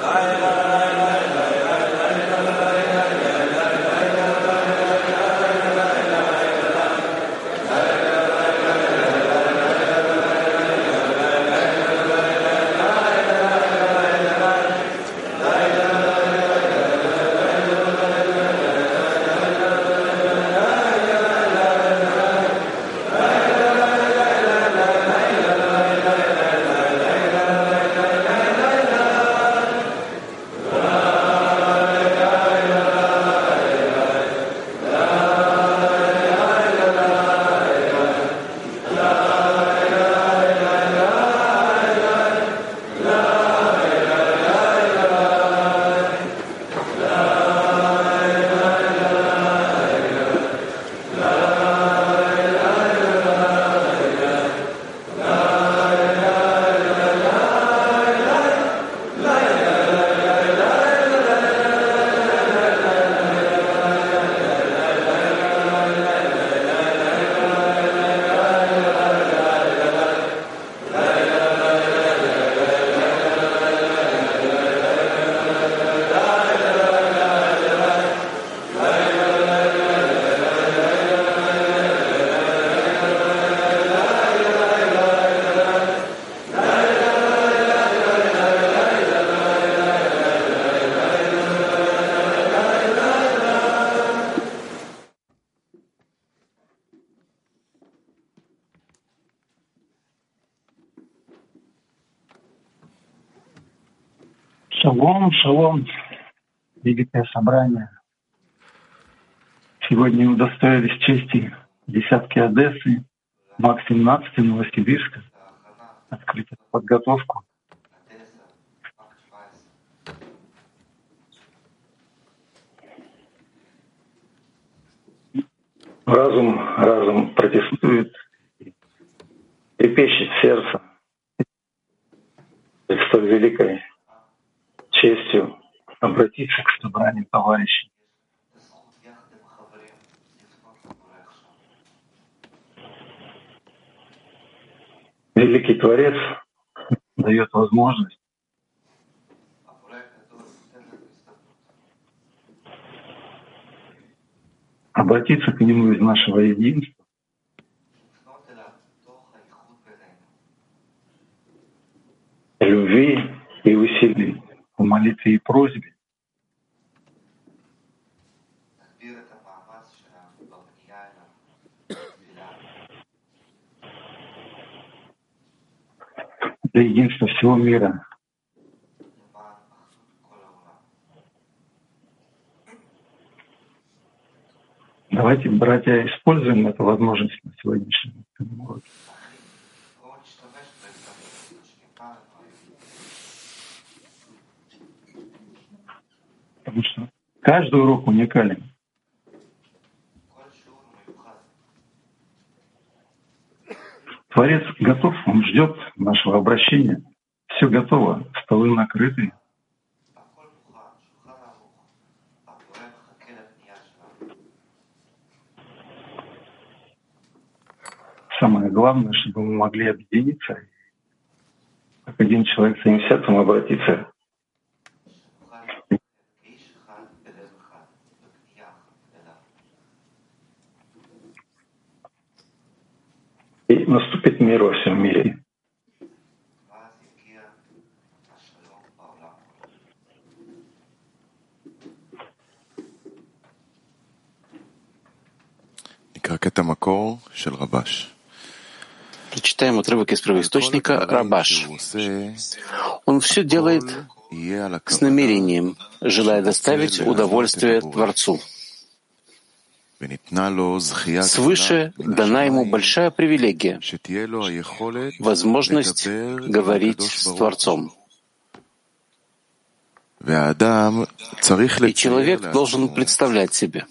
Шалом, шалом, великое собрание. Сегодня удостоились чести десятки Одессы, МАК-17 Новосибирска открыть эту подготовку. Разум протестует, трепещет сердце перед столь великой честью обратиться к собранию товарищей. Великий Творец дает возможность обратиться к Нему из нашего единства, любви и усилий в молитве и просьбе, для единства всего мира. Давайте, братья, используем эту возможность на сегодняшнем уроке. Потому что каждый урок уникален. Творец готов, Он ждет нашего обращения. Все готово, столы накрыты. Самое главное, чтобы мы могли объединиться, как один человек своим сердцем обратиться и наступит мир во всем мире. Прочитаем отрывок из первоисточника Рабаш. Он все делает с намерением, желая доставить удовольствие Творцу. Свыше дана ему большая привилегия — возможность говорить с Творцом. И человек должен представлять себе,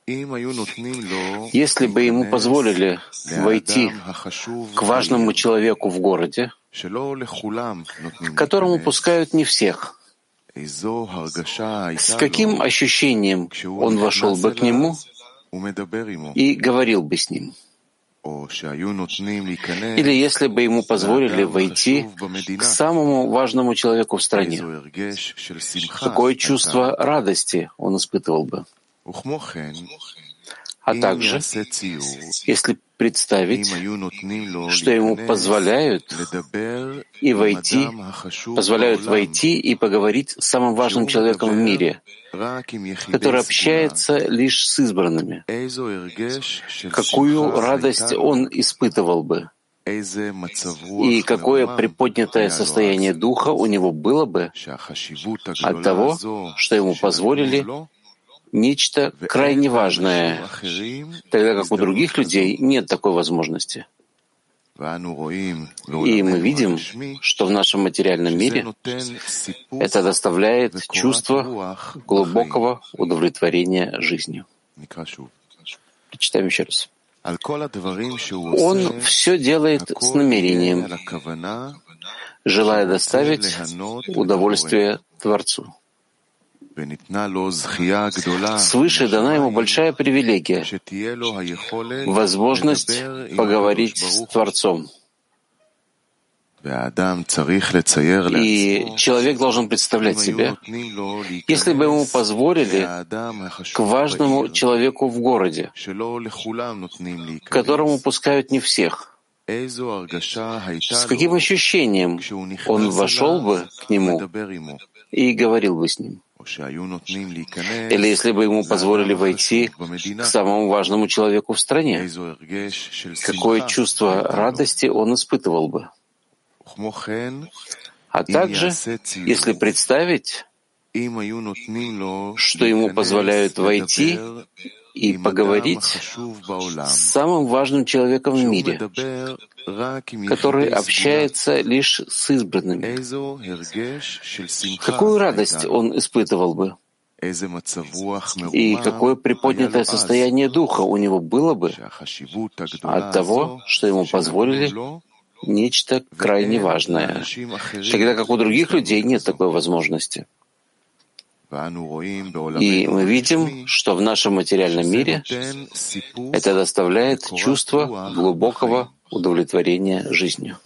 если бы ему позволили войти к важному человеку в городе, к которому пускают не всех, с каким ощущением он вошел бы к нему и говорил бы с ним? Или если бы ему позволили войти к самому важному человеку в стране, какое чувство радости он испытывал бы? А также, если представить, что ему позволяют войти и поговорить с самым важным человеком в мире, который общается лишь с избранными, какую радость он испытывал бы, и какое приподнятое состояние духа у него было бы от того, что ему позволили нечто крайне важное, тогда как у других людей нет такой возможности. И мы видим, что в нашем материальном мире это доставляет чувство глубокого удовлетворения жизнью. Прочитаем еще раз. Он все делает с намерением, желая доставить удовольствие Творцу. Свыше дана ему большая привилегия — возможность поговорить с Творцом. И человек должен представлять себе, если бы ему позволили к важному человеку в городе, которому пускают не всех, с каким ощущением он вошел бы к нему и говорил бы с ним? Или если бы ему позволили войти к самому важному человеку в стране, какое чувство радости он испытывал бы? А также, если представить, что ему позволяют войти и поговорить с самым важным человеком в мире, который общается лишь с избранными, какую радость он испытывал бы? И какое приподнятое состояние духа у него было бы от того, что ему позволили нечто крайне важное, тогда как у других людей нет такой возможности. И мы видим, что в нашем материальном мире это доставляет чувство глубокого удовлетворения жизнью.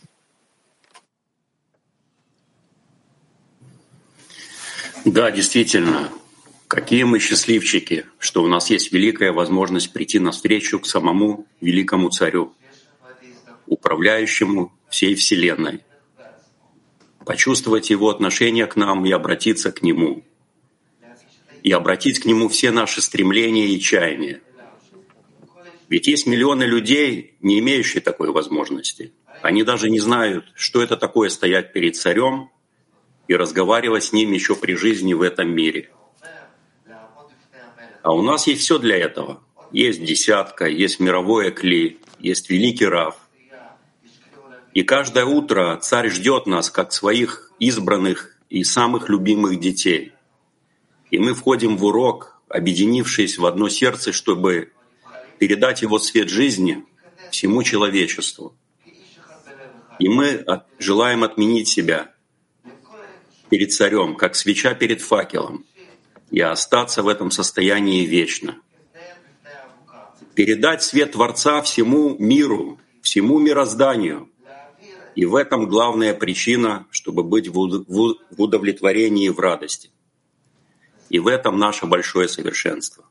Да, действительно, какие мы счастливчики, что у нас есть великая возможность прийти навстречу к самому великому царю, управляющему всей Вселенной, почувствовать его отношение к нам и обратиться к нему, и обратить к нему все наши стремления и чаяния. Ведь есть миллионы людей, не имеющие такой возможности. Они даже не знают, что это такое стоять перед царем и разговаривать с ним еще при жизни в этом мире. А у нас есть все для этого. Есть десятка, есть мировое кли, есть великий Рав. И каждое утро царь ждет нас, как своих избранных и самых любимых детей. И мы входим в урок, объединившись в одно сердце, чтобы передать его свет жизни всему человечеству. И мы желаем отменить себя перед царем, как свеча перед факелом, и остаться в этом состоянии вечно. Передать свет Творца всему миру, всему мирозданию. И в этом главная причина, чтобы быть в удовлетворении и в радости. И в этом наше большое совершенство.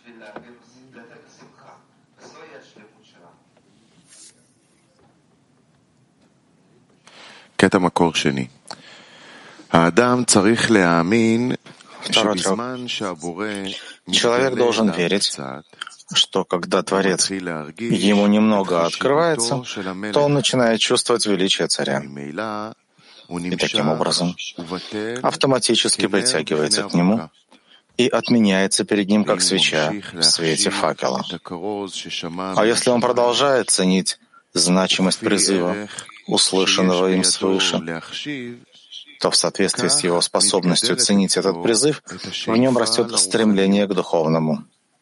Второй отрывок. Человек должен верить, что когда Творец ему немного открывается, то он начинает чувствовать величие царя. И таким образом автоматически притягивается к нему и отменяется перед ним, как свеча в свете факела. А если он продолжает ценить значимость призыва, услышанного им свыше, то в соответствии с его способностью ценить этот призыв, в нем растет стремление к духовному.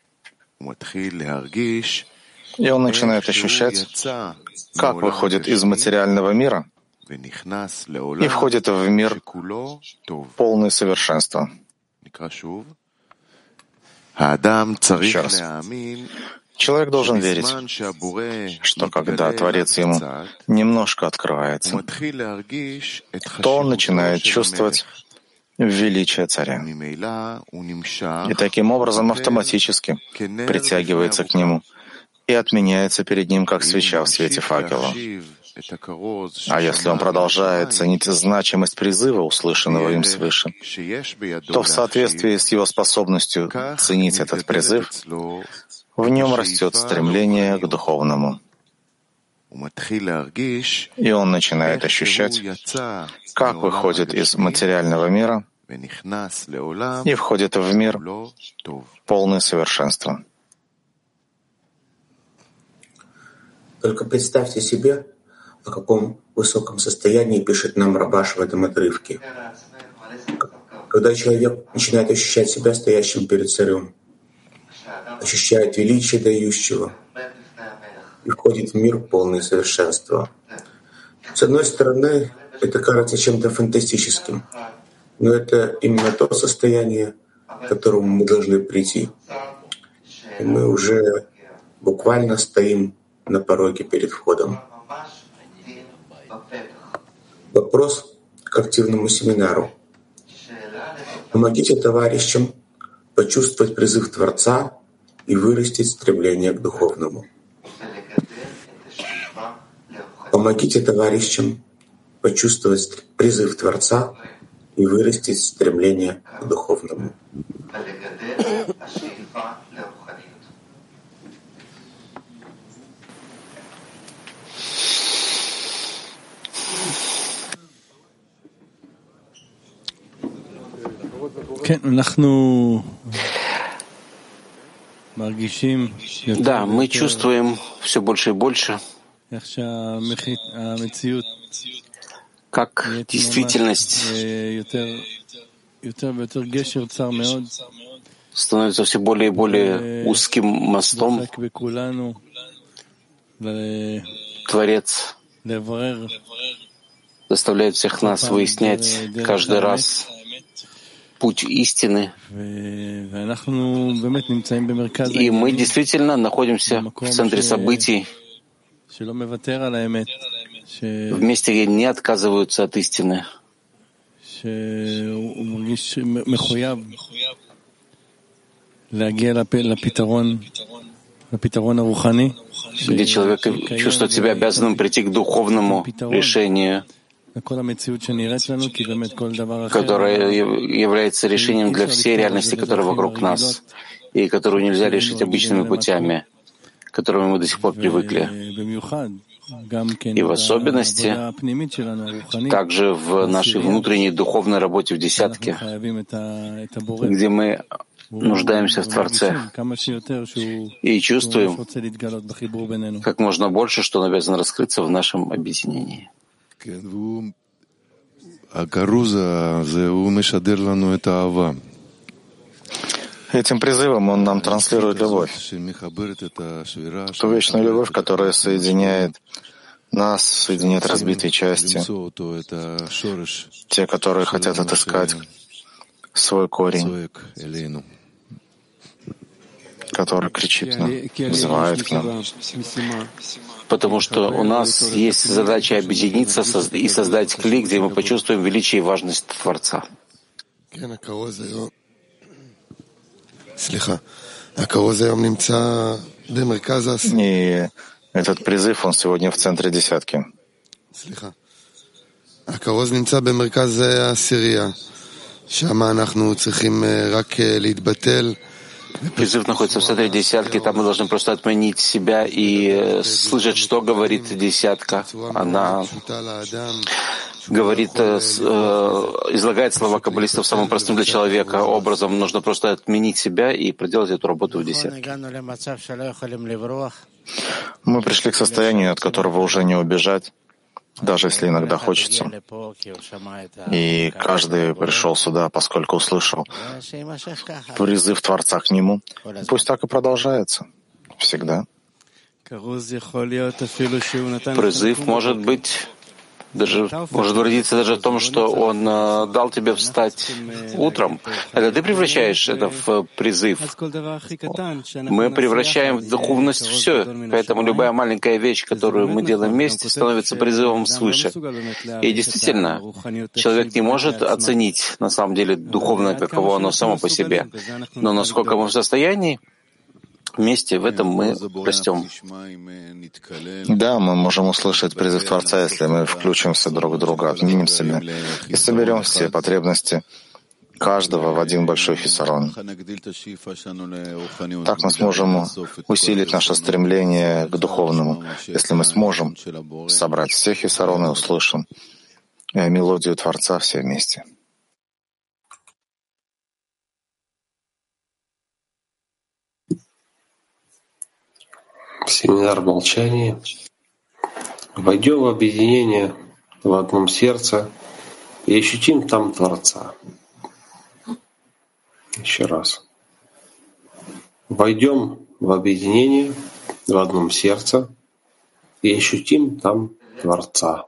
И он начинает ощущать, как выходит из материального мира и входит в мир полный совершенства. Еще раз. Человек должен верить, что когда Творец ему немножко открывается, то он начинает чувствовать величие царя. И таким образом автоматически притягивается к нему и отменяется перед ним, как свеча в свете факела. А если он продолжает ценить значимость призыва, услышанного им свыше, то в соответствии с его способностью ценить этот призыв, в нем растет стремление к духовному. И он начинает ощущать, как выходит из материального мира и входит в мир полный совершенства. Только представьте себе, о каком высоком состоянии пишет нам Рабаш в этом отрывке. Когда человек начинает ощущать себя стоящим перед царем, ощущает величие дающего и входит в мир полное совершенства. С одной стороны, это кажется чем-то фантастическим, но это именно то состояние, к которому мы должны прийти. И мы уже буквально стоим на пороге перед входом. Вопрос к активному семинару. Помогите товарищам почувствовать призыв Творца и вырастить стремление к духовному. Помогите товарищам почувствовать призыв Творца и вырастить стремление к духовному. Да, мы чувствуем все больше и больше, как действительность становится все более и более узким мостом. Творец заставляет всех нас выяснять каждый раз путь истины. И мы действительно находимся в центре событий, в месте, где не отказываются от истины, где человек чувствует себя обязанным прийти к духовному решению, которое является решением для всей реальности, которая вокруг нас, и которую нельзя решить обычными путями, к которым мы до сих пор привыкли. И в особенности также в нашей внутренней духовной работе в десятке, где мы нуждаемся в Творце и чувствуем как можно больше, что он обязан раскрыться в нашем объединении. Этим призывом он нам транслирует любовь, ту вечную любовь, которая соединяет нас, соединяет разбитые части, те, которые хотят отыскать свой корень, который кричит нам, вызывает к нам. Потому что у нас есть задача объединиться и создать клей, где мы почувствуем величие и важность Творца. И этот призыв, он сегодня в центре десятки. Призыв находится в центре десятки, там мы должны просто отменить себя и слышать, что говорит десятка. Она говорит, излагает слова каббалистов самым простым для человека образом. Нужно просто отменить себя и проделать эту работу в десятке. Мы пришли к состоянию, от которого уже не убежать, даже если иногда хочется. И каждый пришел сюда, поскольку услышал призыв Творца к нему. Пусть так и продолжается. Всегда. Призыв может быть даже может выразиться даже в том, что Он дал тебе встать утром. Это ты превращаешь это в призыв. Мы превращаем в духовность все. Поэтому любая маленькая вещь, которую мы делаем вместе, становится призывом свыше. И действительно, человек не может оценить на самом деле духовное, каково оно само по себе. Но насколько мы в состоянии, вместе в этом мы растем. Да, мы можем услышать призыв Творца, если мы включимся друг в друга, обнимем себя и соберем все потребности каждого в один большой хисарон. Так мы сможем усилить наше стремление к духовному, если мы сможем собрать все хисароны и услышим мелодию Творца все вместе. Семинар молчания. Войдем в объединение в одном сердце и ощутим там Творца. Еще раз. Войдем в объединение в одном сердце и ощутим там Творца.